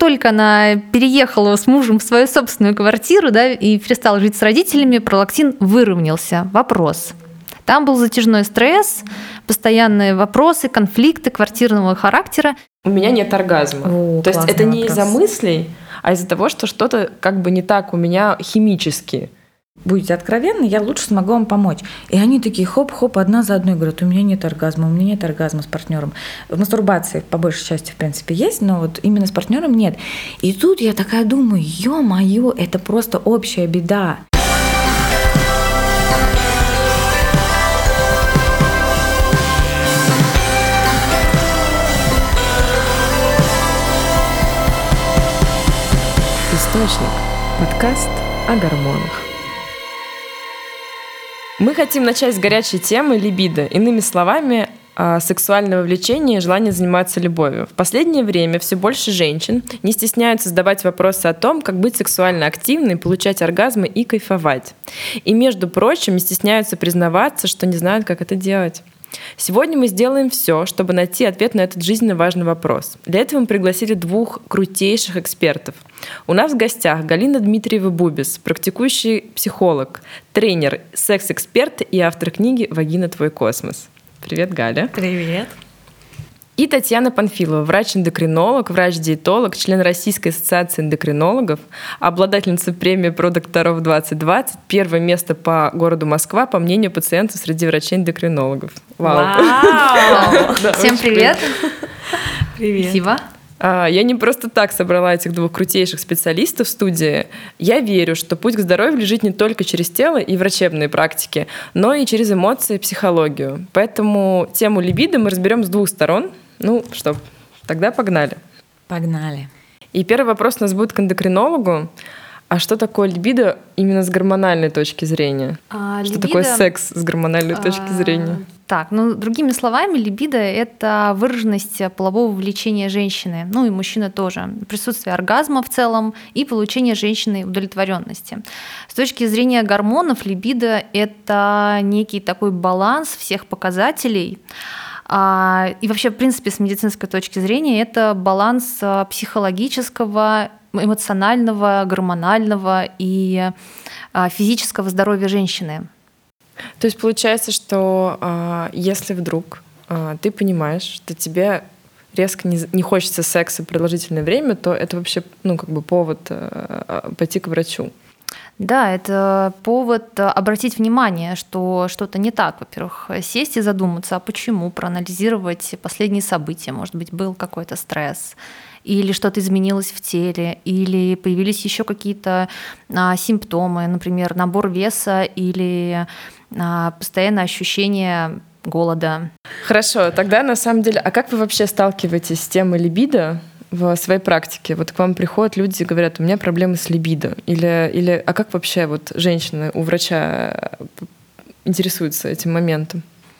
только она переехала с мужем в свою собственную квартиру, да, и перестала жить с родителями, пролактин выровнялся. Вопрос. Там был затяжной стресс, постоянные вопросы, конфликты квартирного характера. У меня нет оргазма. То есть это не из-за мыслей, а из-за того, что что-то как бы не так у меня химически. Будете откровенны, я лучше смогу вам помочь. И они такие хоп-хоп, одна за одной говорят, у меня нет оргазма с партнером. В мастурбации по большей части, в принципе, есть, но вот именно с партнером нет. И тут я такая думаю, ё-моё, это просто общая беда. Источник. Подкаст о гормонах. Мы хотим начать с горячей темы либидо. Иными словами, сексуального влечения и желания заниматься любовью. В последнее время все больше женщин не стесняются задавать вопросы о том, как быть сексуально активной, получать оргазмы и кайфовать. И, между прочим, не стесняются признаваться, что не знают, как это делать. Сегодня мы сделаем все, чтобы найти ответ на этот жизненно важный вопрос. Для этого мы пригласили двух крутейших экспертов. У нас в гостях Галина Дмитриева-Бубис, практикующий психолог, тренер, секс-эксперт и автор книги «Вагина. Твой космос». Привет, Галя. Привет. И Татьяна Панфилова, врач-эндокринолог, врач-диетолог, член Российской ассоциации эндокринологов, обладательница премии «Продокторов 2020», первое место по городу Москва, по мнению пациентов среди врачей-эндокринологов. Вау! Всем привет! Привет! Спасибо. Я не просто так собрала этих двух крутейших специалистов в студии. Я верю, что путь к здоровью лежит не только через тело и врачебные практики, но и через эмоции и психологию. Поэтому тему либидо мы разберем с двух сторон. Ну что, тогда погнали. Погнали. И первый вопрос у нас будет к эндокринологу. А что такое либидо именно с гормональной точки зрения? Что такое секс с гормональной точки зрения? Так, другими словами, либидо — это выраженность полового влечения женщины, ну и мужчины тоже, присутствие оргазма в целом и получение женщиной удовлетворенности. С точки зрения гормонов, либидо — это некий такой баланс всех показателей. И вообще, в принципе, с медицинской точки зрения, это баланс психологического, эмоционального, гормонального и физического здоровья женщины. То есть получается, что если вдруг ты понимаешь, что тебе резко не хочется секса продолжительное время, то это вообще повод пойти к врачу. Да, это повод обратить внимание, что что-то не так. Во-первых, сесть и задуматься, а почему, проанализировать последние события. Может быть, был какой-то стресс, или что-то изменилось в теле, или появились еще какие-то симптомы, например, набор веса или постоянное ощущение голода. Хорошо, тогда на самом деле, а как вы вообще сталкиваетесь с темой либидо в своей практике? Вот к вам приходят люди и говорят, у меня проблемы с либидо. А как вообще женщины у врача интересуются этим моментом?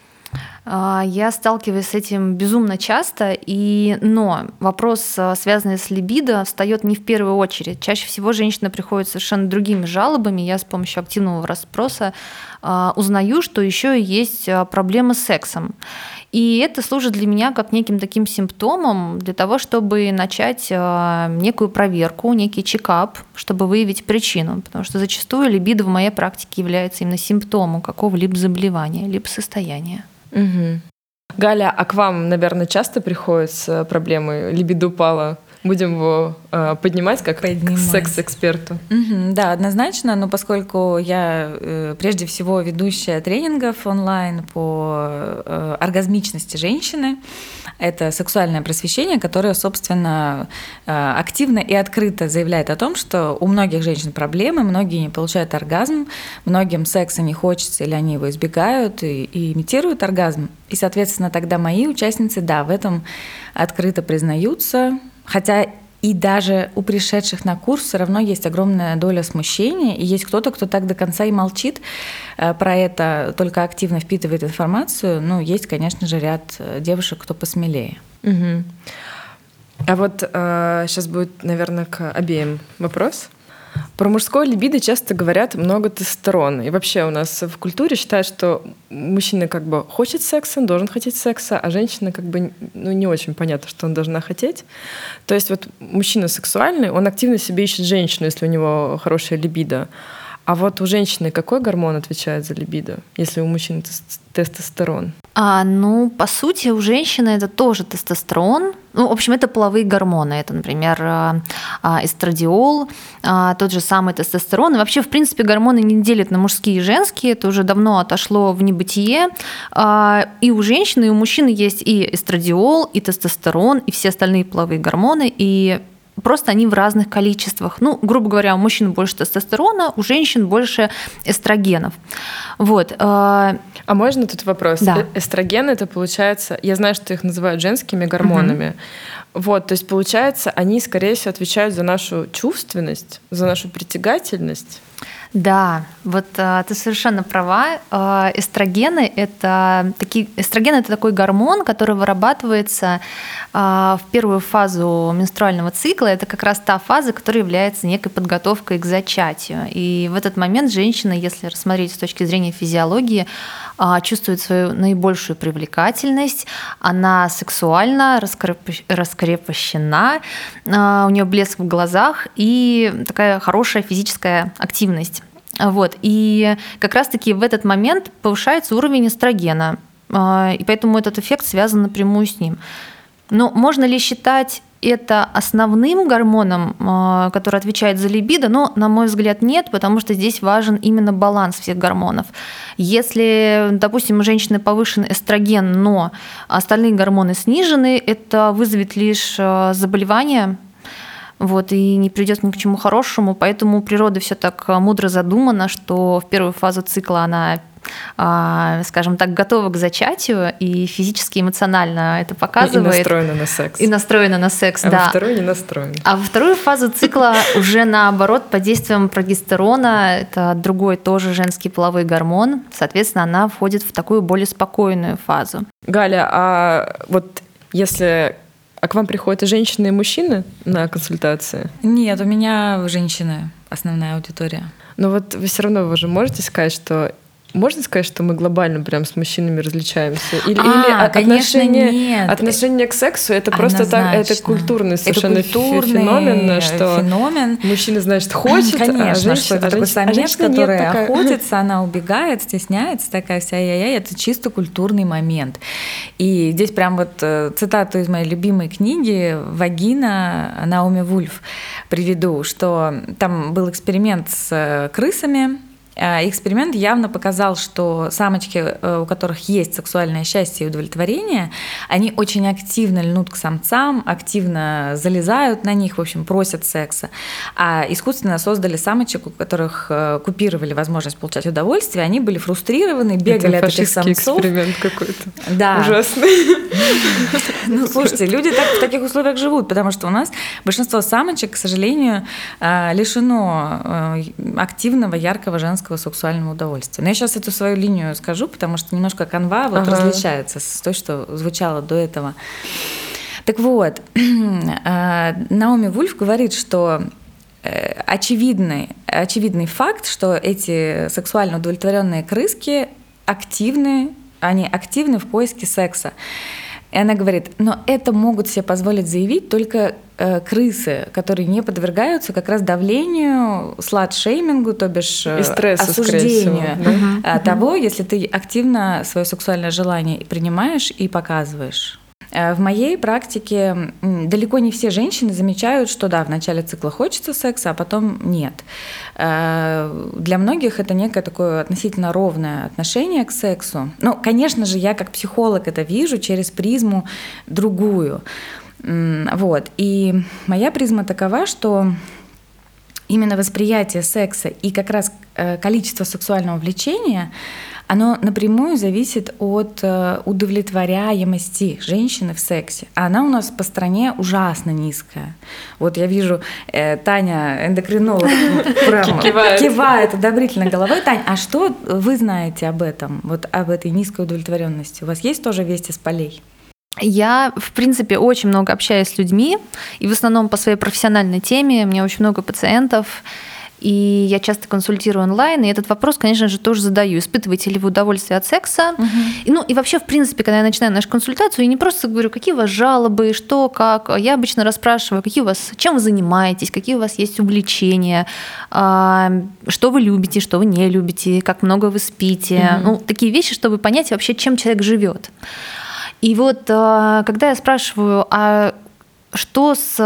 Я сталкиваюсь с этим безумно часто, но вопрос, связанный с либидо, встает не в первую очередь. Чаще всего женщина приходит с совершенно другими жалобами. Я с помощью активного расспроса узнаю, что еще есть проблемы с сексом. И это служит для меня как неким таким симптомом для того, чтобы начать некую проверку, некий чекап, чтобы выявить причину. Потому что зачастую либидо в моей практике является именно симптомом какого-либо заболевания, либо состояния. Угу. Галя, а к вам, наверное, часто приходят с проблемой либидо упало? Будем его поднимать как к секс-эксперту. Да, однозначно, но поскольку я прежде всего ведущая тренингов онлайн по оргазмичности женщины, это сексуальное просвещение, которое, собственно, активно и открыто заявляет о том, что у многих женщин проблемы, многие не получают оргазм, многим секса не хочется или они его избегают и имитируют оргазм. И, соответственно, тогда мои участницы, да, в этом открыто признаются. Хотя и даже у пришедших на курс все равно есть огромная доля смущения, и есть кто-то, кто так до конца и молчит про это, только активно впитывает информацию. Ну, есть, конечно же, ряд девушек, кто посмелее. Угу. А вот сейчас будет, наверное, к обеим вопрос. Про мужское либидо часто говорят много тестостерона. И вообще у нас в культуре считают, что мужчина как бы хочет секса, должен хотеть секса, а женщина как бы не очень понятно, что он должна хотеть. То есть вот мужчина сексуальный, он активно себе ищет женщину, если у него хорошая либидо. А вот у женщины какой гормон отвечает за либидо, если у мужчины тестостерон? По сути, у женщины это тоже тестостерон. В общем, это половые гормоны. Это, например, эстрадиол, тот же самый тестостерон. И вообще, в принципе, гормоны не делят на мужские и женские. Это уже давно отошло в небытие. И у женщины, и у мужчины есть и эстрадиол, и тестостерон, и все остальные половые гормоны. И просто они в разных количествах. Грубо говоря, у мужчин больше тестостерона, у женщин больше эстрогенов. Вот. А можно тут вопрос? Да. Эстрогены, это получается, я знаю, что их называют женскими гормонами. Вот, то есть получается, они, скорее всего, отвечают за нашу чувственность, за нашу притягательность. Да, вот ты совершенно права. Эстрогены — это такой гормон, который вырабатывается в первую фазу менструального цикла. Это как раз та фаза, которая является некой подготовкой к зачатию. И в этот момент женщина, если рассмотреть с точки зрения физиологии, чувствует свою наибольшую привлекательность, она сексуальна, раскрепощена, у нее блеск в глазах и такая хорошая физическая активность. Вот. И как раз-таки в этот момент повышается уровень эстрогена, и поэтому этот эффект связан напрямую с ним. Но можно ли считать это основным гормоном, который отвечает за либидо? Но, на мой взгляд, нет, потому что здесь важен именно баланс всех гормонов. Если, допустим, у женщины повышен эстроген, но остальные гормоны снижены, это вызовет лишь заболевания, и не придет ни к чему хорошему. Поэтому природа все так мудро задумана, что в первую фазу цикла она, скажем так, готова к зачатию и физически, эмоционально это показывает. И настроена на секс. И настроена на секс, да. Да. Во вторую не настроена. А во вторую фазу цикла уже наоборот, под действием прогестерона, это другой тоже женский половой гормон, соответственно, она входит в такую более спокойную фазу. Галя, а вот если... А к вам приходят и женщины, и мужчины на консультации? Нет, у меня женщины основная аудитория. Но вот вы все равно вы же можете сказать, что можно сказать, что мы глобально прям с мужчинами различаемся? Или отношение к сексу это просто так, это культурный совершенно феномен, что мужчина, значит, хочет, конечно, а что это такой самец, который охотится, она убегает, стесняется, такая вся ай-яй-яй, это чисто культурный момент. И здесь прям вот цитату из моей любимой книги «Вагина» Наоми Вульф приведу, что там был эксперимент с крысами. Эксперимент явно показал, что самочки, у которых есть сексуальное счастье и удовлетворение, они очень активно льнут к самцам, активно залезают на них, в общем, просят секса. А искусственно создали самочек, у которых купировали возможность получать удовольствие, они были фрустрированы, бегали от этих самцов. Эксперимент какой-то. Да. Ужасный. Слушайте, люди в таких условиях живут, потому что у нас большинство самочек, к сожалению, лишено активного, яркого женского сексуального удовольствия. Но я сейчас эту свою линию скажу, потому что немножко канва различается с той, что звучало до этого. Так вот, Наоми Вульф говорит, что очевидный факт, что эти сексуально удовлетворенные крыски они активны в поиске секса. И она говорит, но это могут себе позволить заявить только крысы, которые не подвергаются как раз давлению, слат-шеймингу, то бишь осуждению того, если ты активно свое сексуальное желание принимаешь и показываешь. В моей практике далеко не все женщины замечают, что да, в начале цикла хочется секса, а потом нет. Для многих это некое такое относительно ровное отношение к сексу. Ну, конечно же, я как психолог это вижу через призму другую. Вот. И моя призма такова, что именно восприятие секса и как раз количество сексуального влечения, оно напрямую зависит от удовлетворяемости женщины в сексе. А она у нас по стране ужасно низкая. Вот я вижу, Таня, эндокринолог, кивает одобрительно головой. Тань, а что вы знаете об этом, вот об этой низкой удовлетворенности? У вас есть тоже вести с полей? Я, в принципе, очень много общаюсь с людьми, и в основном по своей профессиональной теме. У меня очень много пациентов. и я часто консультирую онлайн, и этот вопрос, конечно же, тоже задаю. Испытываете ли вы удовольствие от секса? И вообще, в принципе, когда я начинаю нашу консультацию, я не просто говорю, какие у вас жалобы, что, как. Я обычно расспрашиваю, чем вы занимаетесь, какие у вас есть увлечения, что вы любите, что вы не любите, как много вы спите. Такие вещи, чтобы понять вообще, чем человек живет. И вот когда я спрашиваю, что с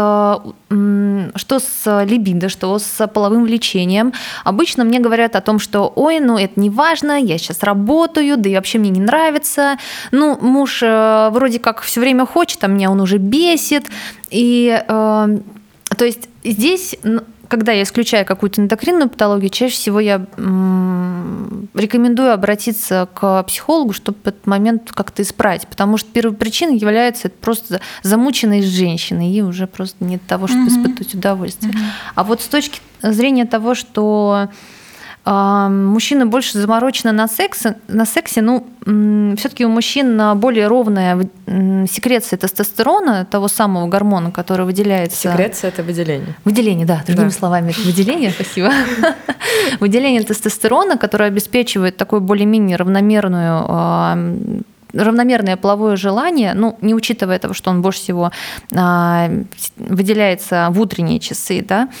либидо, что с половым влечением, обычно мне говорят о том, что это не важно, я сейчас работаю, да и вообще мне не нравится. Муж вроде как все время хочет, а меня он уже бесит. И то есть здесь, когда я исключаю какую-то эндокринную патологию, чаще всего я рекомендую обратиться к психологу, чтобы этот момент как-то исправить, потому что первой причиной является это просто замученность женщины, и уже просто нет того, чтобы испытывать удовольствие. А вот с точки зрения того, что мужчина больше заморочен на сексе, все-таки у мужчин более ровная секреция тестостерона, того самого гормона, который выделяется. Секреция — это выделение. Выделение, да, другими словами, это выделение, спасибо. Выделение тестостерона, которое обеспечивает такое более-менее равномерное половое желание, не учитывая того, что он больше всего выделяется в утренние часы, да.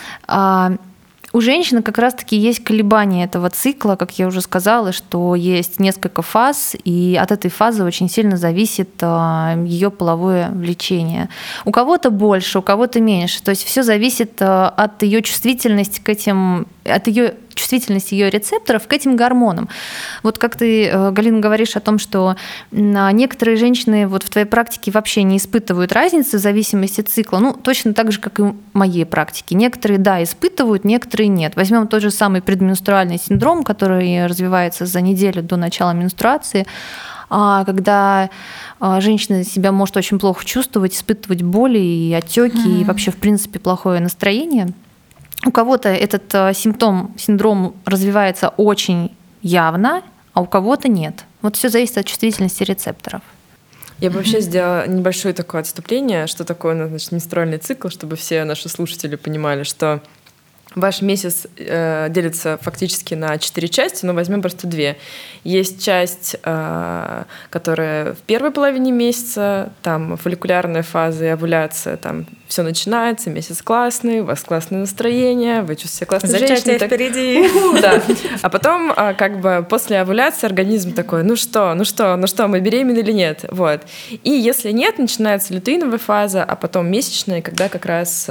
У женщины как раз-таки есть колебания этого цикла, как я уже сказала, что есть несколько фаз, и от этой фазы очень сильно зависит ее половое влечение. У кого-то больше, у кого-то меньше. То есть все зависит от ее чувствительности чувствительность ее рецепторов к этим гормонам. Вот как ты, Галина, говоришь о том, что некоторые женщины вот в твоей практике вообще не испытывают разницы в зависимости от цикла, точно так же, как и в моей практике. Некоторые, да, испытывают, некоторые нет. Возьмем тот же самый предменструальный синдром, который развивается за неделю до начала менструации, когда женщина себя может очень плохо чувствовать, испытывать боли и отеки, и вообще, в принципе, плохое настроение. У кого-то этот синдром развивается очень явно, а у кого-то нет. Вот все зависит от чувствительности рецепторов. Я бы вообще сделала небольшое такое отступление, что такое менструальный цикл, чтобы все наши слушатели понимали, что ваш месяц делится фактически на 4 части, но возьмем просто 2. Есть часть, которая в первой половине месяца, там фолликулярная фаза и овуляция, там все начинается, месяц классный, у вас классное настроение, вы чувствуете себя классной женщиной. Зачатие впереди. Да. А потом после овуляции организм такой, ну что, мы беременны или нет? Вот. И если нет, начинается лютеиновая фаза, а потом месячная, когда как раз,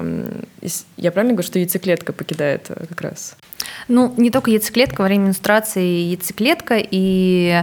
я правильно говорю, что яйцеклетка покидает как раз? Не только яйцеклетка, во время менструации яйцеклетка и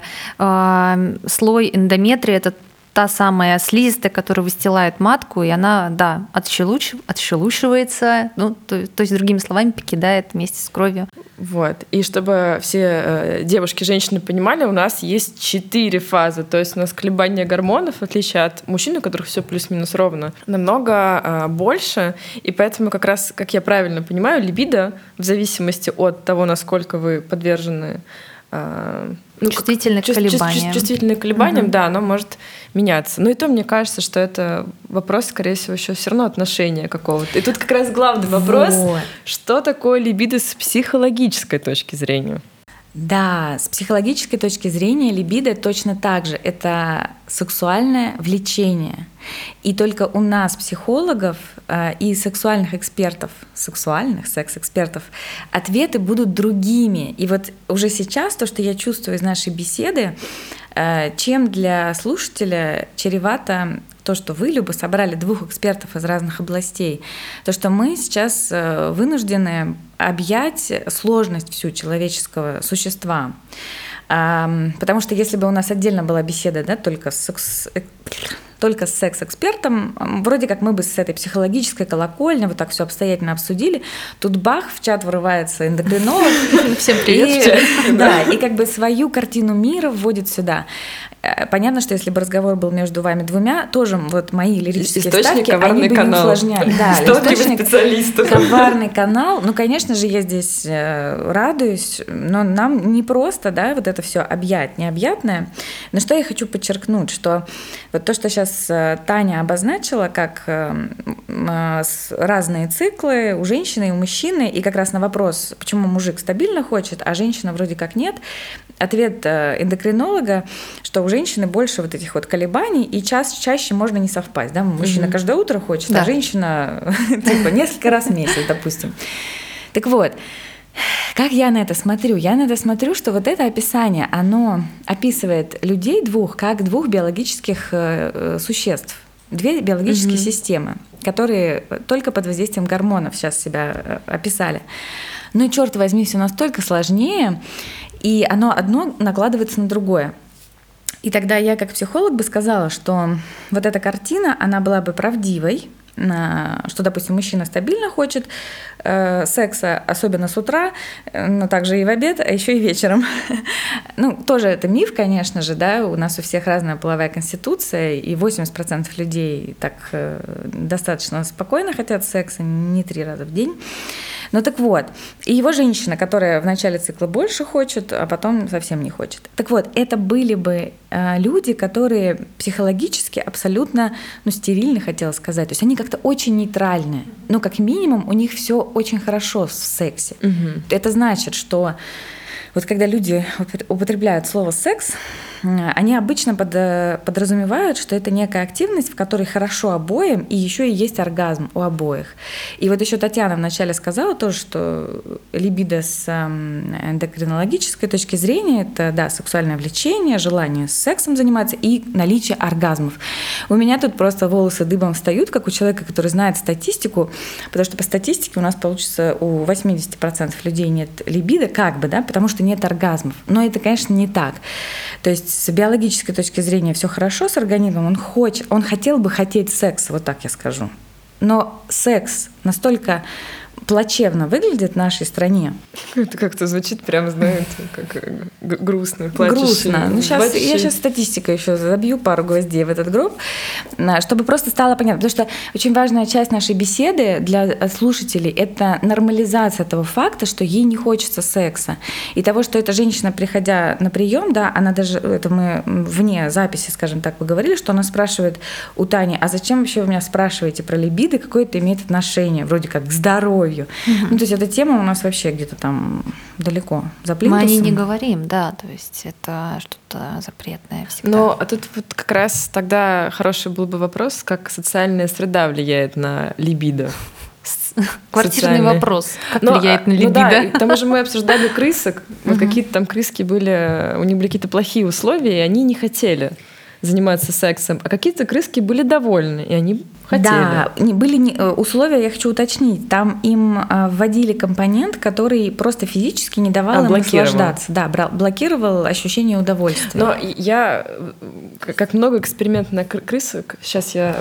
слой эндометрия — это та самая слизистая, которая выстилает матку, и она, да, отшелушивается, то есть, другими словами, покидает вместе с кровью. Вот. И чтобы все девушки, женщины понимали, у нас есть 4 фазы. То есть у нас колебания гормонов, в отличие от мужчин, у которых все плюс-минус ровно, намного больше. И поэтому как раз, как я правильно понимаю, либидо, в зависимости от того, насколько вы подвержены чувствительным колебаниям. Чувствительным колебаниям, да, оно может меняться. Но и то, мне кажется, что это вопрос, скорее всего, еще все равно отношения какого-то. И тут как раз главный вопрос, что такое либидо с психологической точки зрения? Да, с психологической точки зрения либидо точно так же. Это сексуальное влечение. И только у нас, психологов и сексуальных экспертов, секс-экспертов, ответы будут другими. И вот уже сейчас то, что я чувствую из нашей беседы, чем для слушателя чревато то, что вы, Люба, собрали 2 экспертов из разных областей, то, что мы сейчас вынуждены объять сложность всю человеческого существа. Потому что если бы у нас отдельно была беседа, да, только с секс-экспертом, вроде как мы бы с этой психологической колокольни вот так все обстоятельно обсудили. Тут бах, в чат вырывается эндокринолог. Всем привет. Да, и как бы свою картину мира вводит сюда. Понятно, что если бы разговор был между вами 2, тоже вот мои лирические ставки, они бы не усложняли. Да, источник специалистов. Коварный канал. Конечно же, я здесь радуюсь, но нам не просто, да, вот это все объять необъятное. Но что я хочу подчеркнуть, что вот то, что сейчас сейчас Таня обозначила, как разные циклы у женщины и у мужчины, и как раз на вопрос, почему мужик стабильно хочет, а женщина вроде как нет, ответ эндокринолога, что у женщины больше вот этих вот колебаний, и чаще можно не совпасть. Да? Мужчина каждое утро хочет, а женщина типа несколько раз в месяц, допустим. Так вот, как я на это смотрю? Я на это смотрю, что вот это описание, оно описывает людей как двух биологических существ, две биологические системы, которые только под воздействием гормонов сейчас себя описали. Ну и черт возьми, все настолько сложнее, и оно одно накладывается на другое. И тогда я как психолог бы сказала, что вот эта картина, она была бы правдивой, что, допустим, мужчина стабильно хочет секса, особенно с утра, но также и в обед, а еще и вечером. Ну, тоже это миф, конечно же, да, у нас у всех разная половая конституция, и 80% людей так достаточно спокойно хотят секса, не 3 раза в день. Ну так вот, и его женщина, которая в начале цикла больше хочет, а потом совсем не хочет. Так вот, это были бы люди, которые психологически абсолютно, стерильны, хотела сказать. То есть они как-то очень нейтральны. Ну, как минимум, у них все очень хорошо в сексе. Это значит, что вот когда люди употребляют слово «секс», они обычно подразумевают, что это некая активность, в которой хорошо обоим, и еще и есть оргазм у обоих. И вот еще Татьяна вначале сказала тоже, что либидо с эндокринологической точки зрения — это, да, сексуальное влечение, желание сексом заниматься и наличие оргазмов. У меня тут просто волосы дыбом встают, как у человека, который знает статистику, потому что по статистике у нас получится у 80% людей нет либидо, как бы, да, потому что нет оргазмов. Но это, конечно, не так. То есть с биологической точки зрения все хорошо с организмом, он хотел бы хотеть секса, вот так я скажу. Но секс настолько плачевно выглядит в нашей стране. Это как-то звучит прям, знаете, как грустно, плачущий. Грустно. Я сейчас статистикой еще забью пару гвоздей в этот гроб, чтобы просто стало понятно. Потому что очень важная часть нашей беседы для слушателей — это нормализация того факта, что ей не хочется секса. И того, что эта женщина, приходя на прием, да, она даже, это мы вне записи, скажем так, поговорили, что она спрашивает у Тани: а зачем вообще вы меня спрашиваете про либидо, какое это имеет отношение вроде как к здоровью? Ну, то есть эта тема у нас вообще где-то там далеко, за плинтусом. Мы о ней не говорим, да, то есть это что-то запретное всегда. Но тут вот как раз тогда хороший был бы вопрос, как социальная среда влияет на либидо. Квартирный вопрос. Как влияет на либидо? Да, к тому же мы обсуждали крысок. Вот какие-то там крыски были, у них были какие-то плохие условия, и они не хотели заниматься сексом, а какие-то крыски были довольны, и они хотели. Да, были условия, я хочу уточнить, там им вводили компонент, который просто физически не давал им наслаждаться. Да, блокировал ощущение удовольствия. Но я, как много экспериментов на крысок, сейчас я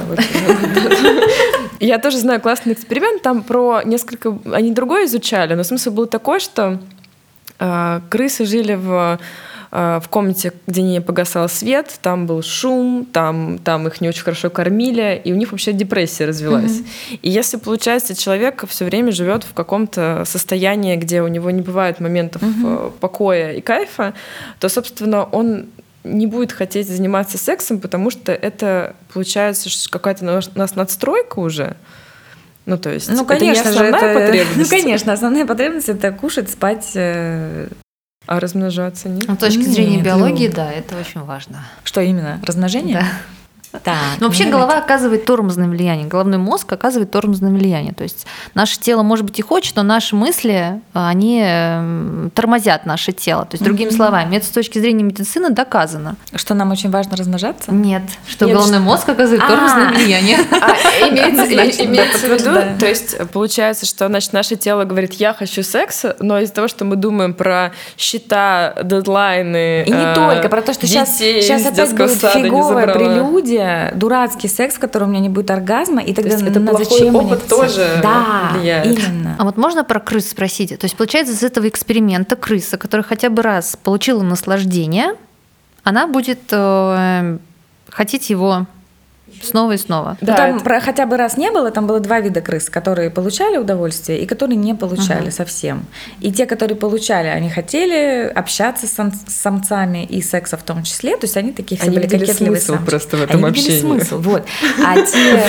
тоже знаю классный эксперимент, там про несколько, они другое изучали, но смысл был такой, что крысы жили в комнате, где не погасал свет, там был шум, там их не очень хорошо кормили, и у них вообще депрессия развилась. И если, получается, человек все время живет в каком-то состоянии, где у него не бывает моментов покоя и кайфа, то, собственно, он не будет хотеть заниматься сексом, потому что это, получается, какая-то у нас надстройка уже. Ну, то есть, конечно, это не основная потребность. Ну, конечно, основная потребность — это кушать, спать. А размножаться нет? С точки зрения биологии, да, это очень важно. Что именно? Размножение? Да. Так, но вообще голова оказывает тормозное влияние, головной мозг оказывает тормозное влияние. То есть наше тело, может быть, и хочет, но наши мысли, они тормозят наше тело. То есть, другими словами, это с точки зрения медицины доказано. Что нам очень важно размножаться? Нет, что головной мозг оказывает тормозное влияние. Имеется в виду, то есть получается, что наше тело говорит: я хочу секса, но из-за того, что мы думаем про счета, дедлайны, и не только, про то, что сейчас опять будет фиговая прелюдия, дурацкий секс, в котором у меня не будет оргазма, и тогда это плохой опыт тоже влияет. Именно. А вот можно про крыс спросить? То есть, получается, из этого эксперимента крыса, которая хотя бы раз получила наслаждение, она будет хотеть его снова и снова. Да, там хотя бы раз не было, там было 2 вида крыс, которые получали удовольствие и которые не получали совсем. И те, которые получали, они хотели общаться с самцами и секса в том числе, то есть они такие все были кокетливые самцы. Просто в этом общении. Они видели смысл, вот. А те...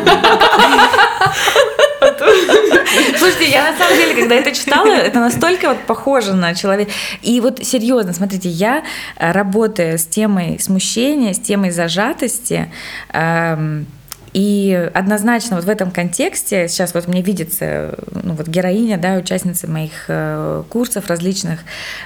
Слушайте, я на самом деле, когда это читала, это настолько вот похоже на человека. И вот серьезно, смотрите, я работаю с темой смущения, с темой зажатости, и однозначно вот в этом контексте сейчас вот мне видится вот героиня, да, участница моих курсов различных,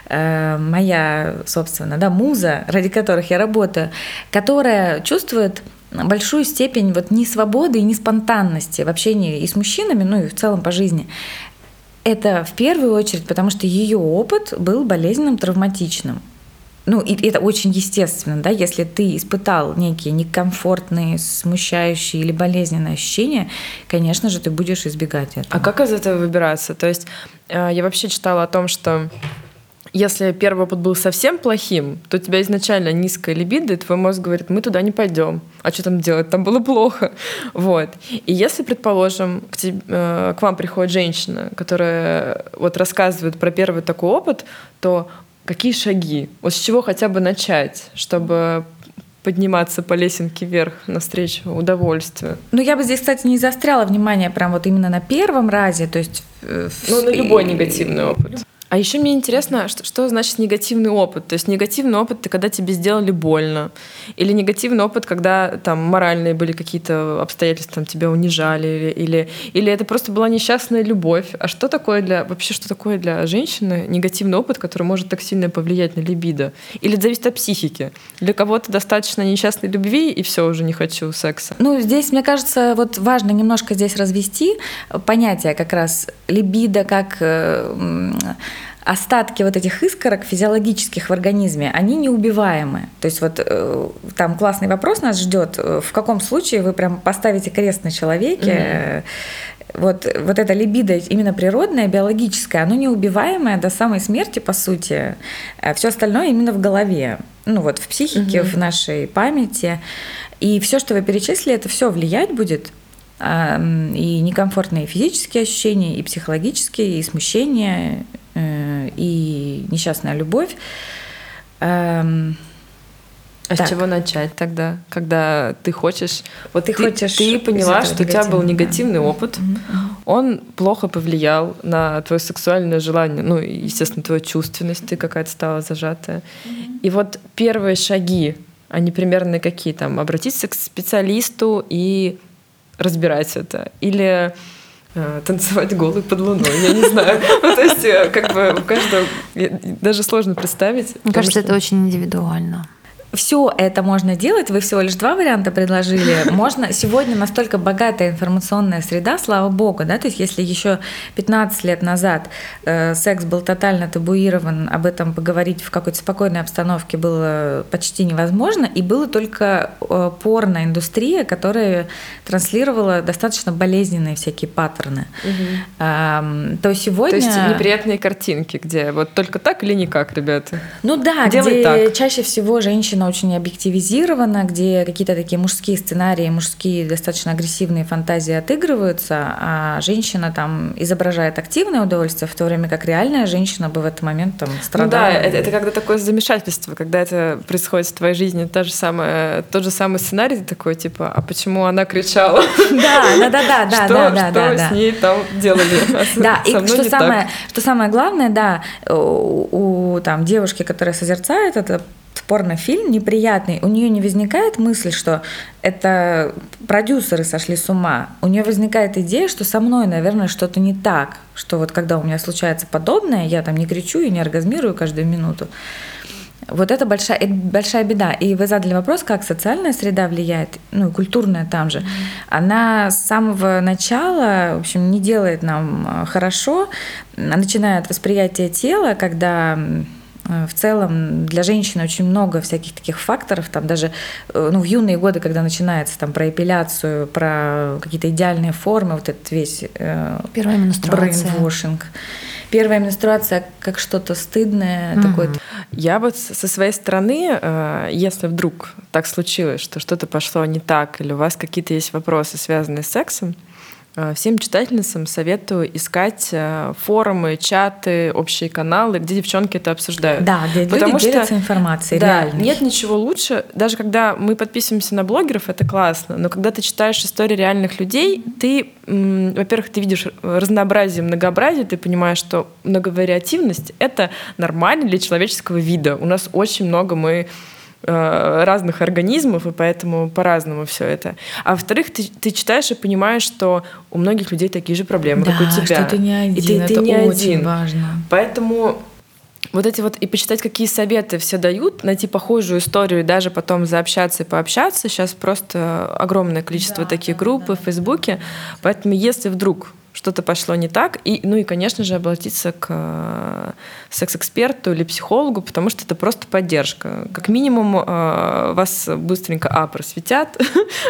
моя, собственно, да, муза, ради которых я работаю, которая чувствует большую степень вот несвободы и неспонтанности в общении и с мужчинами, ну и в целом по жизни. Это в первую очередь, потому что ее опыт был болезненным, травматичным. Ну, и это очень естественно, да, если ты испытал некие некомфортные, смущающие или болезненные ощущения, конечно же, ты будешь избегать этого. А как из этого выбираться? То есть я вообще читала о том, что если первый опыт был совсем плохим, то у тебя изначально низкая либидо, и твой мозг говорит, мы туда не пойдем. А что там делать? Там было плохо. Вот. И если, предположим, к вам приходит женщина, которая вот рассказывает про первый такой опыт, то какие шаги? Вот с чего хотя бы начать, чтобы подниматься по лесенке вверх навстречу удовольствию? Ну, я бы здесь, кстати, не заостряла внимание прям вот именно на первом разе, то есть... Ну, на любой негативный опыт. А еще мне интересно, что значит негативный опыт. То есть негативный опыт — это когда тебе сделали больно. Или негативный опыт, когда там моральные были какие-то обстоятельства, там, тебя унижали. Или это просто была несчастная любовь. А что такое для женщины негативный опыт, который может так сильно повлиять на либидо? Или это зависит от психики? Для кого-то достаточно несчастной любви, и все, уже не хочу секса. Ну, здесь, мне кажется, вот важно немножко здесь развести понятие как раз либидо как... остатки вот этих искорок физиологических в организме, они неубиваемы. То есть вот там классный вопрос нас ждет, в каком случае вы прям поставите крест на человеке. Вот это либидо именно природное, биологическое, оно неубиваемое до самой смерти, по сути. Все остальное именно в голове, ну вот в психике, в нашей памяти. И все, что вы перечислили, это все влиять будет. И некомфортные физические ощущения, и психологические, и смущение, и несчастная любовь. А с чего начать тогда, когда ты хочешь... Вот ты поняла, что у тебя был негативный опыт, он плохо повлиял на твое сексуальное желание, ну, естественно, твою чувственность, ты какая-то стала зажатая. И вот первые шаги, они примерно какие там? Обратиться к специалисту и разбирать это? Или танцевать голый под луной? Я не знаю. Ну, то есть как бы у каждого... Даже сложно представить. Мне кажется, это очень индивидуально. Все это можно делать, вы всего лишь 2 варианта предложили. Можно, сегодня настолько богатая информационная среда, слава богу, да, то есть если еще 15 лет назад секс был тотально табуирован, об этом поговорить в какой-то спокойной обстановке было почти невозможно, и была только порноиндустрия, которая транслировала достаточно болезненные всякие паттерны. То сегодня... То есть неприятные картинки, где вот только так или никак, ребята? Ну да, делай где так. Чаще всего женщина очень объективизирована, где какие-то такие мужские сценарии, мужские достаточно агрессивные фантазии отыгрываются, а женщина там изображает активное удовольствие, в то время как реальная женщина бы в этот момент там страдала. Ну да, это когда такое замешательство, когда это происходит в твоей жизни, тот же самый сценарий, ты такой, типа, а почему она кричала? Да. Что с ней там делали? Да, и что самое главное, да, у там девушки, которая созерцает это порнофильм неприятный, у нее не возникает мысль, что это продюсеры сошли с ума. У нее возникает идея, что со мной, наверное, что-то не так, что вот когда у меня случается подобное, я там не кричу и не оргазмирую каждую минуту. Вот это большая беда. И вы задали вопрос, как социальная среда влияет, ну и культурная там же. Она с самого начала, в общем, не делает нам хорошо, начиная от восприятия тела, когда... В целом для женщины очень много всяких таких факторов, там даже в юные годы, когда начинается там про эпиляцию, про какие-то идеальные формы, вот этот весь первая менструация, брейнвошинг. первая менструация как что-то стыдное, такое. Я вот со своей стороны, если вдруг так случилось, что что-то пошло не так, или у вас какие-то есть вопросы, связанные с сексом, всем читательницам советую искать форумы, чаты, общие каналы, где девчонки это обсуждают. Да, где люди делятся информацией. Да, реально. нет ничего лучше. Даже когда мы подписываемся на блогеров, это классно. Но когда ты читаешь истории реальных людей, ты, во-первых, ты видишь разнообразие, многообразие, ты понимаешь, что многовариативность — это нормально для человеческого вида. У нас очень много разных организмов, и поэтому по-разному все это. А во-вторых, ты читаешь и понимаешь, что у многих людей такие же проблемы, да, как у тебя. Что ты не один, и это не очень один. важно. Поэтому вот эти вот, и почитать, какие советы все дают, найти похожую историю и даже потом заобщаться и пообщаться. Сейчас просто огромное количество таких групп в Фейсбуке. Поэтому если вдруг что-то пошло не так, и, конечно же, обратиться к секс-эксперту или психологу, потому что это просто поддержка. Как минимум вас быстренько просветят,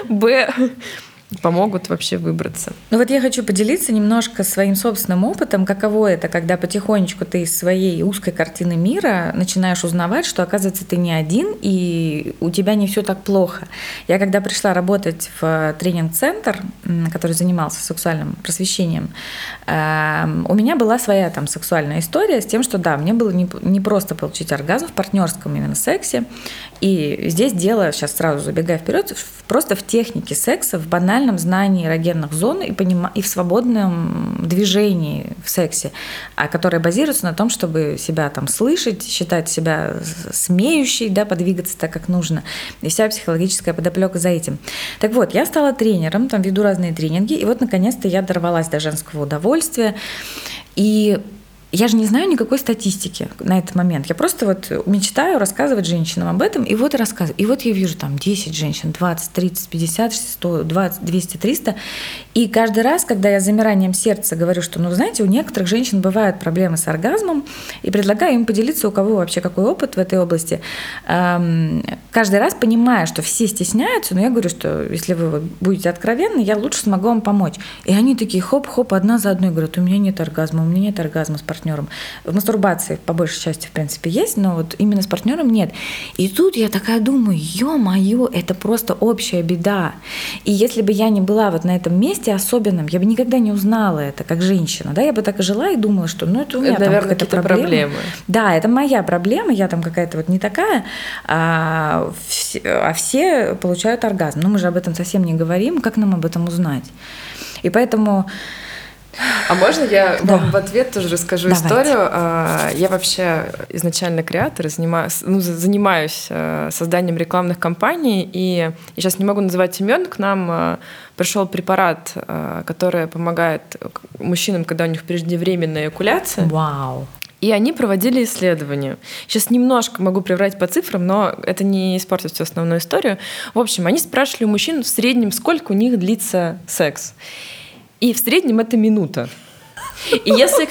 помогут вообще выбраться. Ну вот я хочу поделиться немножко своим собственным опытом, каково это, когда потихонечку ты из своей узкой картины мира начинаешь узнавать, что, оказывается, ты не один, и у тебя не все так плохо. Я когда пришла работать в тренинг-центр, который занимался сексуальным просвещением, у меня была своя там сексуальная история с тем, что да, мне было не просто получить оргазм в партнерском именно сексе, и здесь дело, сейчас сразу забегая вперед, просто в технике секса, в банальном знании эрогенных зон и в свободном движении в сексе, которое базируется на том, чтобы себя там слышать, считать себя смеющей, да, подвигаться так, как нужно, и вся психологическая подоплека за этим. Так вот, я стала тренером, там веду разные тренинги, и вот наконец-то я дорвалась до женского удовольствия, и я же не знаю никакой статистики на этот момент. Я просто вот мечтаю рассказывать женщинам об этом, и вот рассказываю. И вот я вижу там 10 женщин, 20, 30, 50, 100, 20, 200, 300. И каждый раз, когда я с замиранием сердца говорю, что, знаете, у некоторых женщин бывают проблемы с оргазмом, и предлагаю им поделиться, у кого вообще какой опыт в этой области. Каждый раз понимая, что все стесняются, но я говорю, что если вы будете откровенны, я лучше смогу вам помочь. И они такие хоп-хоп, одна за одной говорят: у меня нет оргазма с партнером. В мастурбации по большей части, в принципе, есть, но вот именно с партнером нет. И тут я такая думаю: ё-моё, это просто общая беда. И если бы я не была вот на этом месте особенном, я бы никогда не узнала это как женщина. Да? Я бы так и жила и думала, что это у меня это, там наверное, какая-то проблема. Да, это моя проблема, я там какая-то вот не такая, а все получают оргазм. Но мы же об этом совсем не говорим, как нам об этом узнать? И поэтому... А можно я вам в ответ тоже расскажу историю? Я вообще изначально креатор, занимаюсь созданием рекламных кампаний, и я сейчас не могу называть имен. К нам пришел препарат, который помогает мужчинам, когда у них преждевременная эякуляция. Вау! И они проводили исследования. Сейчас немножко могу приврать по цифрам, но это не испортит всю основную историю. В общем, они спрашивали у мужчин в среднем, сколько у них длится секс. И в среднем это минута. И если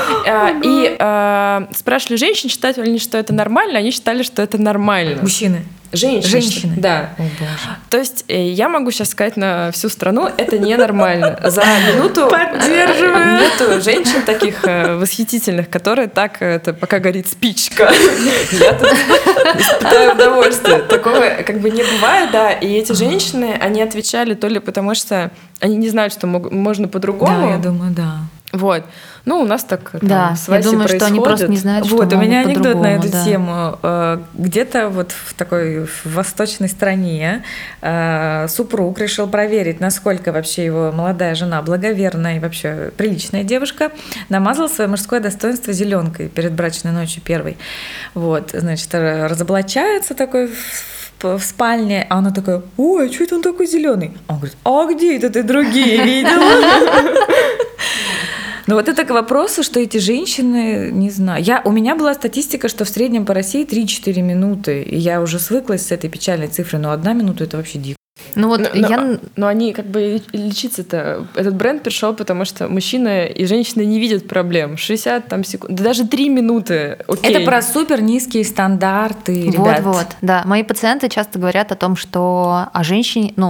спрашивали женщин, считают ли они, что это нормально, они считали, что это нормально. Мужчины? Женщины. Да. О, Боже. То есть я могу сейчас сказать на всю страну, это ненормально. За минуту нету женщин таких восхитительных, которые так, это пока горит спичка. Я тут испытаю удовольствие. Такого не бывает, да. И эти женщины, они отвечали то ли потому, что они не знают, что можно по-другому. Да, я думаю, да. Вот. У нас так да, с Васей я думаю, происходит. что они просто не знают, что Вот, у меня анекдот на эту да. тему. Где-то вот в такой восточной стране супруг решил проверить, насколько вообще его молодая жена благоверная и вообще приличная девушка, намазал свое мужское достоинство зеленкой перед брачной ночью первой. Вот, значит, разоблачается такой в спальне, а она такая: ой, а что это он такой зеленый? Он говорит: а где это ты другие видела? Ну вот это к вопросу, что эти женщины, не знаю. У меня была статистика, что в среднем по России 3-4 минуты, и я уже свыклась с этой печальной цифрой, но 1 минута — это вообще дико. Но они лечиться-то... Этот бренд пришел, потому что мужчина и женщина не видят проблем. 60 секунд, да даже 3 минуты, окей. Это про супер низкие стандарты, ребят. Вот, да. Мои пациенты часто говорят о том, что о женщине...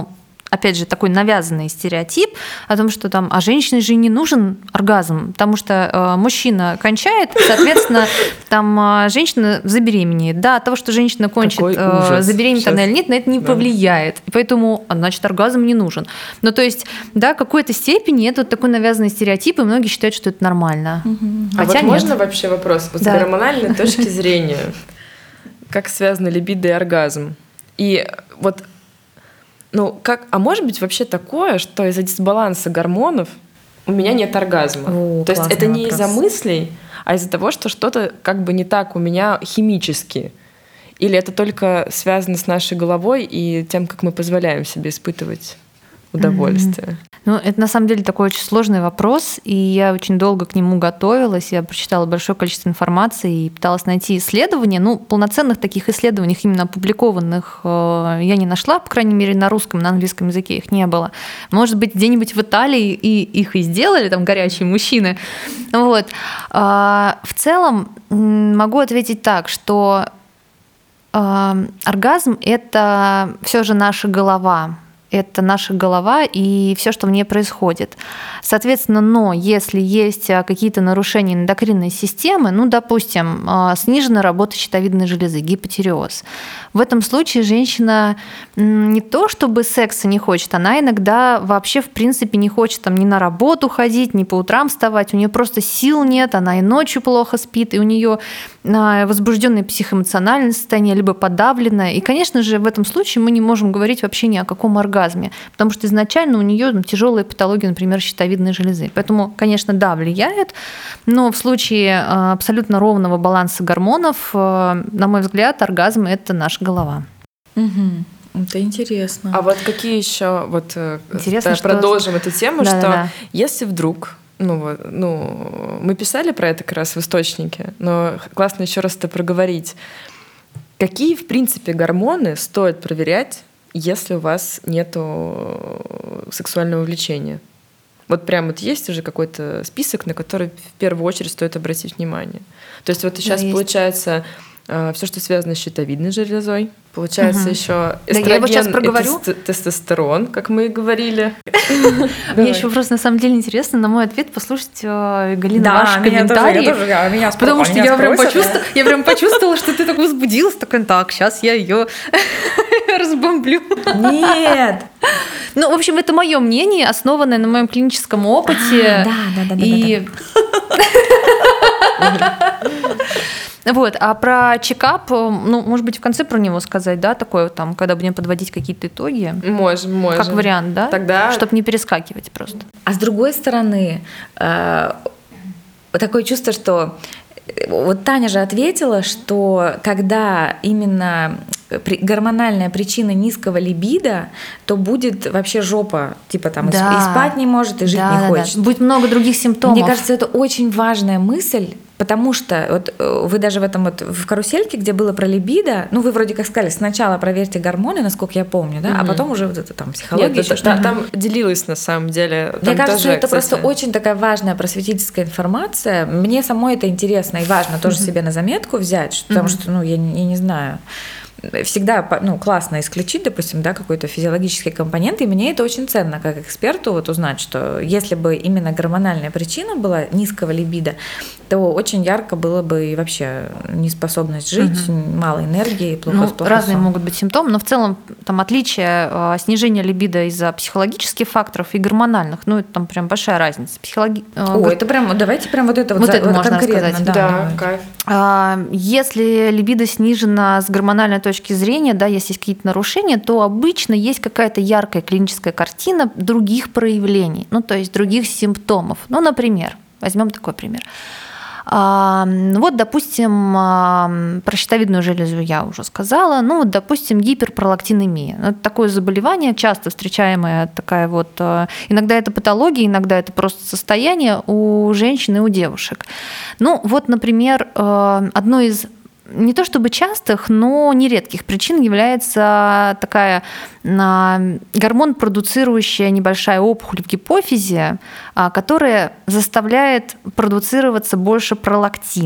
опять же, такой навязанный стереотип о том, что там, женщине же не нужен оргазм, потому что мужчина кончает, соответственно, там женщина забеременеет. Да, от того, что женщина кончит, забеременеет она или нет, на это не повлияет. И поэтому, значит, оргазм не нужен. Ну, то есть, да, в какой-то степени это вот такой навязанный стереотип, и многие считают, что это нормально. Хотя вот можно вообще вопрос с гормональной точки зрения? Как связаны либидо и оргазм? И вот, а может быть вообще такое, что из-за дисбаланса гормонов у меня нет оргазма? То есть это не из-за мыслей, а из-за того, что что-то как бы не так у меня химически? Или это только связано с нашей головой и тем, как мы позволяем себе испытывать удовольствие? Это на самом деле такой очень сложный вопрос, и я очень долго к нему готовилась. Я прочитала большое количество информации и пыталась найти исследования. Полноценных таких исследований, именно опубликованных, я не нашла, по крайней мере, на русском, на английском языке их не было. Может быть, где-нибудь в Италии их и сделали, там горячие мужчины. Вот. В целом могу ответить так, что оргазм — это все же наша голова. Это наша голова и все, что в ней происходит. Соответственно, но если есть какие-то нарушения эндокринной системы, допустим, снижена работа щитовидной железы, гипотиреоз, в этом случае женщина не то чтобы секса не хочет, она иногда вообще в принципе не хочет ни на работу ходить, ни по утрам вставать, у нее просто сил нет, она и ночью плохо спит, и у нее возбужденное психоэмоциональное состояние, либо подавленное. И, конечно же, в этом случае мы не можем говорить вообще ни о каком оргазме, потому что изначально у нее тяжелые патологии, например, щитовидной железы. Поэтому, конечно, да, влияет, но в случае абсолютно ровного баланса гормонов, на мой взгляд, оргазм — это наша голова. Это интересно. А вот какие еще продолжим эту тему, что если вдруг мы писали про это как раз в источнике, но классно еще раз это проговорить. Какие, в принципе, гормоны стоит проверять, если у вас нету сексуального влечения? Вот прям есть уже какой-то список, на который в первую очередь стоит обратить внимание. То есть вот сейчас получается все, что связано с щитовидной железой. Получается еще эстроген и тестостерон, как мы и говорили. Мне еще просто на самом деле интересно на мой ответ послушать, Галина, ваши комментарии. Потому что я прям почувствовала, что ты так возбудилась. Так, сейчас я ее разбомблю. Нет! В общем, это мое мнение, основанное на моем клиническом опыте. Вот, а про чекап, может быть, в конце про него сказать, да, такое там, когда будем подводить какие-то итоги? Можем. Как вариант, да? Тогда... Чтобы не перескакивать просто. А с другой стороны, такое чувство, что вот Таня же ответила, что когда именно гормональная причина низкого либидо, то будет вообще жопа, типа там и спать не может, и жить не хочет. Будет много других симптомов. Мне кажется, это очень важная мысль, потому что вот вы даже в этом в карусельке, где было про либидо, вы вроде как сказали, сначала проверьте гормоны, насколько я помню, да, а потом уже вот это там психология. Нет, там делилась на самом деле. Мне кажется, это просто очень такая важная просветительская информация. Мне самой это интересно и важно тоже себе на заметку взять, потому что, я не знаю. Всегда классно исключить, допустим, какой-то физиологический компонент, и мне это очень ценно как эксперту узнать, что если бы именно гормональная причина была низкого либидо, то очень ярко было бы и вообще неспособность жить, мало энергии, плохо спать. Разные могут быть симптомы, но в целом там отличие снижения либидо из-за психологических факторов и гормональных, это там прям большая разница. Это прям, давайте прям это можно конкретно. Рассказать. Да, кайф. Если либидо снижено с гормональной точки зрения, если есть какие-то нарушения, то обычно есть какая-то яркая клиническая картина других проявлений, то есть других симптомов. Например, возьмем такой пример. Вот, допустим, про щитовидную железу я уже сказала. Допустим, гиперпролактинемия. Это такое заболевание, часто встречаемое, такая иногда это патология, иногда это просто состояние у женщин и у девушек. Например, одной из не то чтобы частых, но нередких причин является такая гормон, продуцирующая небольшая опухоль в гипофизе, которая заставляет продуцироваться больше пролактина.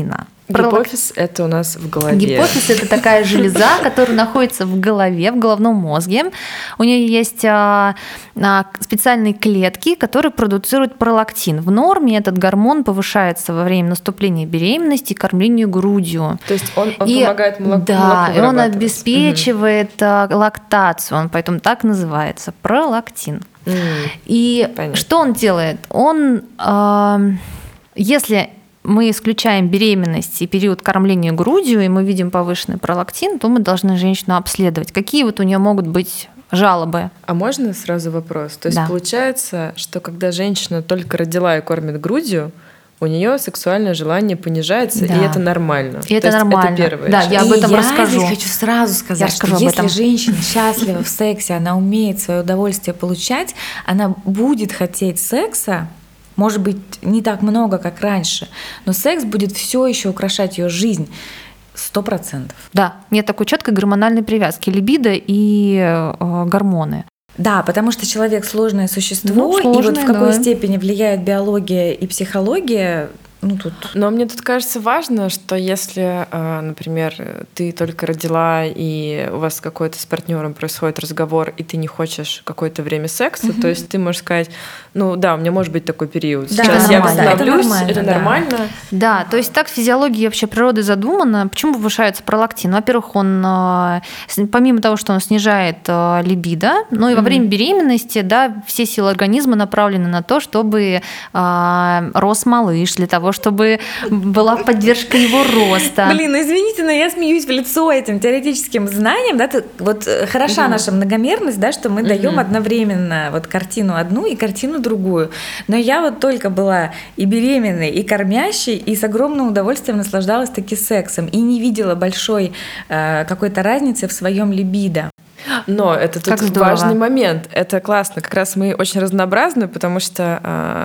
Гипофиз — это у нас в голове. Гипофиз — это такая железа, которая находится в голове, в головном мозге. У нее есть специальные клетки, которые продуцируют пролактин. В норме этот гормон повышается во время наступления беременности и кормления грудью. То есть он помогает молоку Да, и он вырабатывать. обеспечивает лактацию, он поэтому так называется, пролактин. И Понятно. что он делает? Он, если мы исключаем беременность и период кормления грудью, и мы видим повышенный пролактин, то мы должны женщину обследовать. Какие вот у нее могут быть жалобы? А можно сразу вопрос? То есть Да. получается, что когда женщина только родила и кормит грудью, у нее сексуальное желание понижается, Да. и это нормально. И это То есть нормально. Это первое. Да, я об этом расскажу. здесь хочу сразу сказать, Я что расскажу об если этом. женщина счастлива в сексе, она умеет свое удовольствие получать, она будет хотеть секса, может быть, не так много, как раньше, но секс будет все еще украшать ее жизнь 100%. Да, нет такой четкой гормональной привязки, либидо и гормоны. Да, потому что человек сложное существо, и сложное, вот в какой да. степени влияет биология и психология, тут... Но мне тут кажется важно, что если, например, ты только родила, и у вас какой-то с партнером происходит разговор, и ты не хочешь какое-то время секса, то есть ты можешь сказать, у меня может быть такой период. Да, Сейчас это я нормально. восстановлюсь, Это это нормально, нормально. Да, то есть так физиология вообще природы задумана. Почему повышается пролактин? Во-первых, он помимо того, что он снижает либидо, но и во время беременности, да, все силы организма направлены на то, чтобы рос малыш, для того, чтобы была поддержка его роста. Блин, извините, но я смеюсь в лицо этим теоретическим знаниям, да, вот хороша наша многомерность, да, что мы даем одновременно вот картину одну и картину другую. Но я вот только была и беременной, и кормящей, и с огромным удовольствием наслаждалась таки сексом, и не видела большой какой-то разницы в своем либидо. Но это Как тут здорово. важный момент. Это классно. Как раз мы очень разнообразны, потому что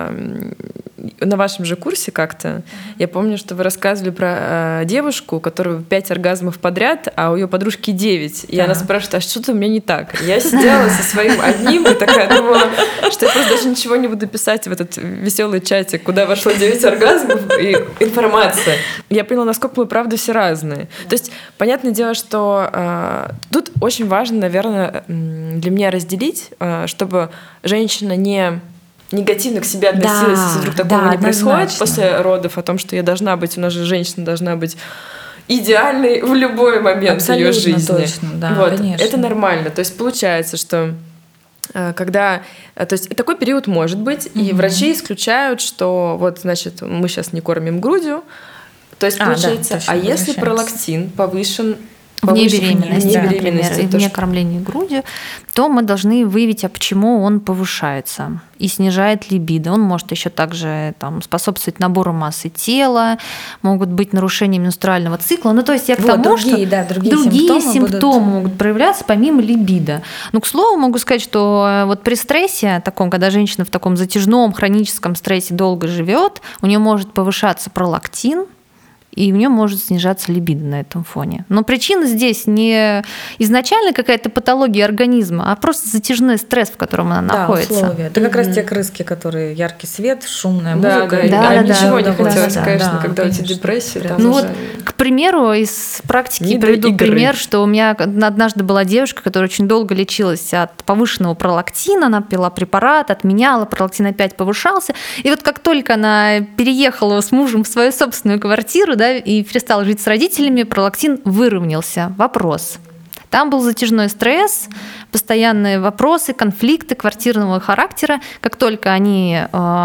на вашем же курсе как-то я помню, что вы рассказывали про девушку, у которой 5 оргазмов подряд, а у ее подружки 9. И она спрашивает, а что-то у меня не так. Я сидела со своим одним и такая думала, что я просто даже ничего не буду писать в этот веселый чатик, куда вошло 9 оргазмов и информация. Я поняла, насколько мы, правда, все разные. То есть, понятное дело, что тут очень важно, наверное, для меня разделить, чтобы женщина не негативно к себе относилась, если вдруг такого не происходит после родов, о том, что я должна быть, у нас же женщина должна быть идеальной в любой момент Абсолютно ее жизни. точно, да, конечно. Это нормально. То есть получается, что когда... То есть такой период может быть, и врачи исключают, что вот, значит, мы сейчас не кормим грудью, то есть получается, точно, если возвращаемся. пролактин повышен Вне беременности, например, и вне кормления грудью, то мы должны выявить, а почему он повышается и снижает либидо. Он может еще также способствовать набору массы тела, могут быть нарушения менструального цикла. То есть я к тому, что другие симптомы могут проявляться помимо либидо. Но, к слову, могу сказать, что вот при стрессе таком, когда женщина в таком затяжном хроническом стрессе долго живет, у нее может повышаться пролактин, и у нее может снижаться либидо на этом фоне. Но причина здесь не изначально какая-то патология организма, а просто затяжной стресс, в котором она находится. Условия. Это как раз те крыски, которые яркий свет, шумная музыка. Ничего не хотелось, конечно, когда у тебя депрессия. К примеру, из практики приведу пример, что у меня однажды была девушка, которая очень долго лечилась от повышенного пролактина, она пила препарат, отменяла, пролактин опять повышался. И вот как только она переехала с мужем в свою собственную квартиру, и перестала жить с родителями, пролактин выровнялся. Вопрос. Там был затяжной стресс, постоянные вопросы, конфликты квартирного характера. Как только они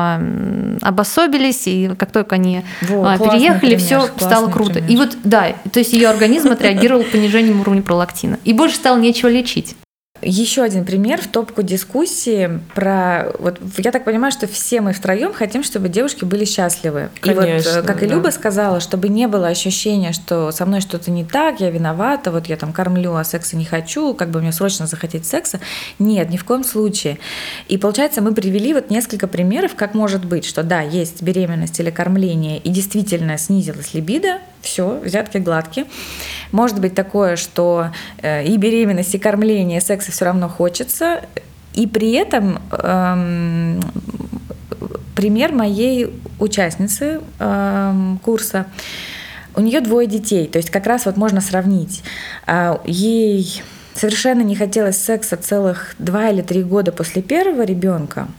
обособились, и как только они переехали, все стало круто. Пример. И вот, то есть ее организм отреагировал понижением уровня пролактина. И больше стало нечего лечить. Еще один пример в топку дискуссии про... Вот я так понимаю, что все мы втроем хотим, чтобы девушки были счастливы. Конечно, и вот, как и Люба сказала, чтобы не было ощущения, что со мной что-то не так, я виновата, вот я кормлю, а секса не хочу, мне срочно захотеть секса. Нет, ни в коем случае. И получается, мы привели несколько примеров, как может быть, что есть беременность или кормление, и действительно снизилась либидо, все, взятки гладкие. Может быть такое, что и беременность, и кормление, и секса все равно хочется. И при этом пример моей участницы курса. У нее 2 детей, то есть как раз вот можно сравнить. Ей совершенно не хотелось секса целых 2 или 3 года после первого ребенка.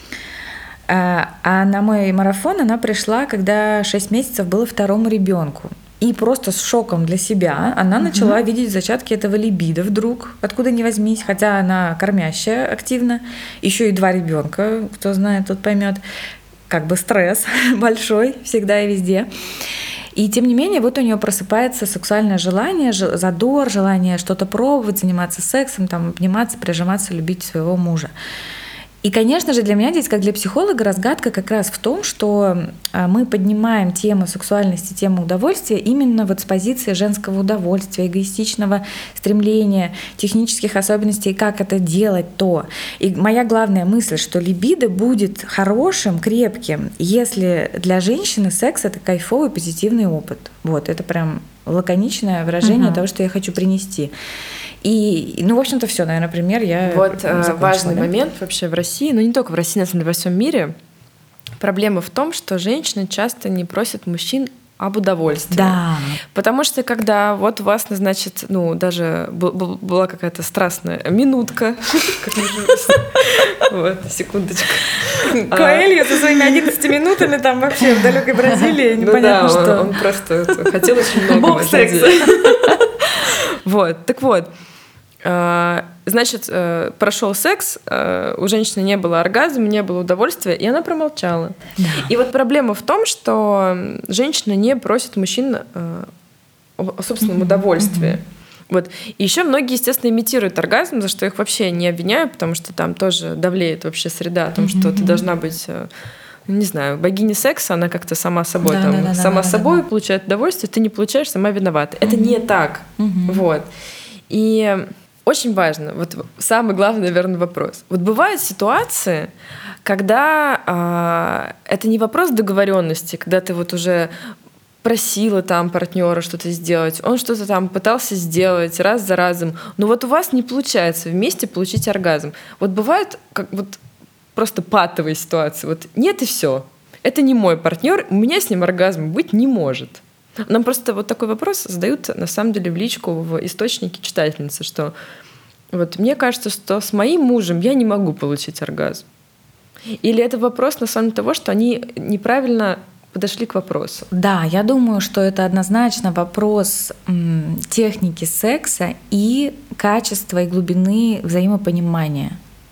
А на мой марафон она пришла, когда 6 месяцев было 2-му ребенку. И просто с шоком для себя она начала видеть зачатки этого либидо вдруг, откуда ни возьмись, хотя она кормящая активно, еще и 2 ребенка, кто знает, тот поймет, как бы стресс большой всегда и везде. И тем не менее, вот у нее просыпается сексуальное желание, задор, желание что-то пробовать, заниматься сексом, там, обниматься, прижиматься, любить своего мужа. И, конечно же, для меня здесь, как для психолога, разгадка как раз в том, что мы поднимаем тему сексуальности, тему удовольствия именно вот с позиции женского удовольствия, эгоистичного стремления, технических особенностей, как это делать-то. И моя главная мысль, что либидо будет хорошим, крепким, если для женщины секс — это кайфовый, позитивный опыт. Вот, это прям лаконичное выражение того, что я хочу принести. И, ну, в общем-то, все, наверное, пример я вот важный момент вообще в России, ну, не только в России, на самом деле, во всем мире. Проблема в том, что женщины часто не просят мужчин об удовольствии. Да. Потому что когда вот у вас, значит, ну, даже была какая-то страстная минутка. Вот, секундочку. Коэльо со своими 11 минутами там вообще в далекой Бразилии, непонятно что. Он просто хотел очень много. Бог секса. Вот, так вот. Значит, прошел секс, у женщины не было оргазма, не было удовольствия, и она промолчала. Да. И вот проблема в том, что женщина не просит мужчин о собственном удовольствии. Вот. И еще многие, естественно, имитируют оргазм, за что их вообще не обвиняю, потому что там тоже давлеет вообще среда о том, что ты должна быть, не знаю, богиней секса, она как-то сама собой, сама собой получает удовольствие, ты не получаешь, сама виновата. Это не так. Вот. И очень важно, вот самый главный, наверное, вопрос. Вот бывают ситуации, когда это не вопрос договоренности, когда ты вот уже просила там партнера что-то сделать, он что-то там пытался сделать раз за разом, но вот у вас не получается вместе получить оргазм. Вот бывают как вот просто патовые ситуации. Вот нет и все. Это не мой партнер, у меня с ним оргазм быть не может. Нам просто вот такой вопрос задают, на самом деле, в личку, в источнике читательницы, что вот мне кажется, что с моим мужем я не могу получить оргазм. Или это вопрос, на самом деле, того, что они неправильно подошли к вопросу? Да, я думаю, что это однозначно вопрос техники секса и качества и глубины взаимопонимания.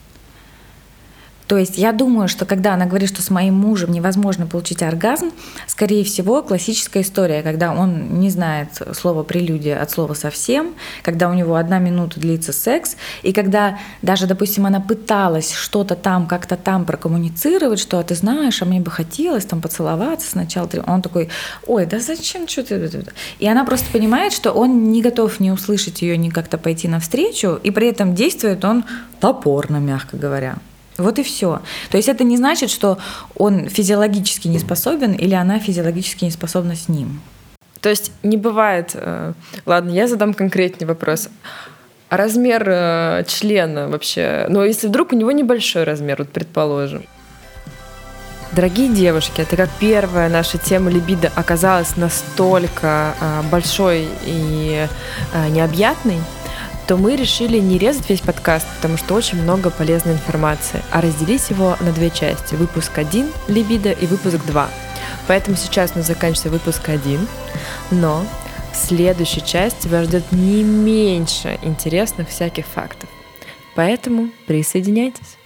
То есть я думаю, что когда она говорит, что с моим мужем невозможно получить оргазм, скорее всего, классическая история, когда он не знает слова прелюдия от слова совсем, когда у него 1 минута длится секс, и когда даже, допустим, она пыталась что-то там, как-то там прокоммуницировать, что ты знаешь, а мне бы хотелось там поцеловаться сначала, он такой: ой, да зачем, что ты... И она просто понимает, что он не готов ни услышать ее, ни как-то пойти навстречу, и при этом действует он топорно, мягко говоря. Вот и все. То есть это не значит, что он физиологически не способен или она физиологически не способна с ним. То есть не бывает... Ладно, я задам конкретный вопрос. А размер члена вообще... Ну, если вдруг у него небольшой размер, вот предположим. Дорогие девушки, это как первая наша тема либидо оказалась настолько большой и необъятной, то мы решили не резать весь подкаст, потому что очень много полезной информации, а разделить его на 2 части. Выпуск 1 либидо и выпуск 2. Поэтому сейчас у нас заканчивается выпуск 1, но в следующей части вас ждет не меньше интересных всяких фактов. Поэтому присоединяйтесь.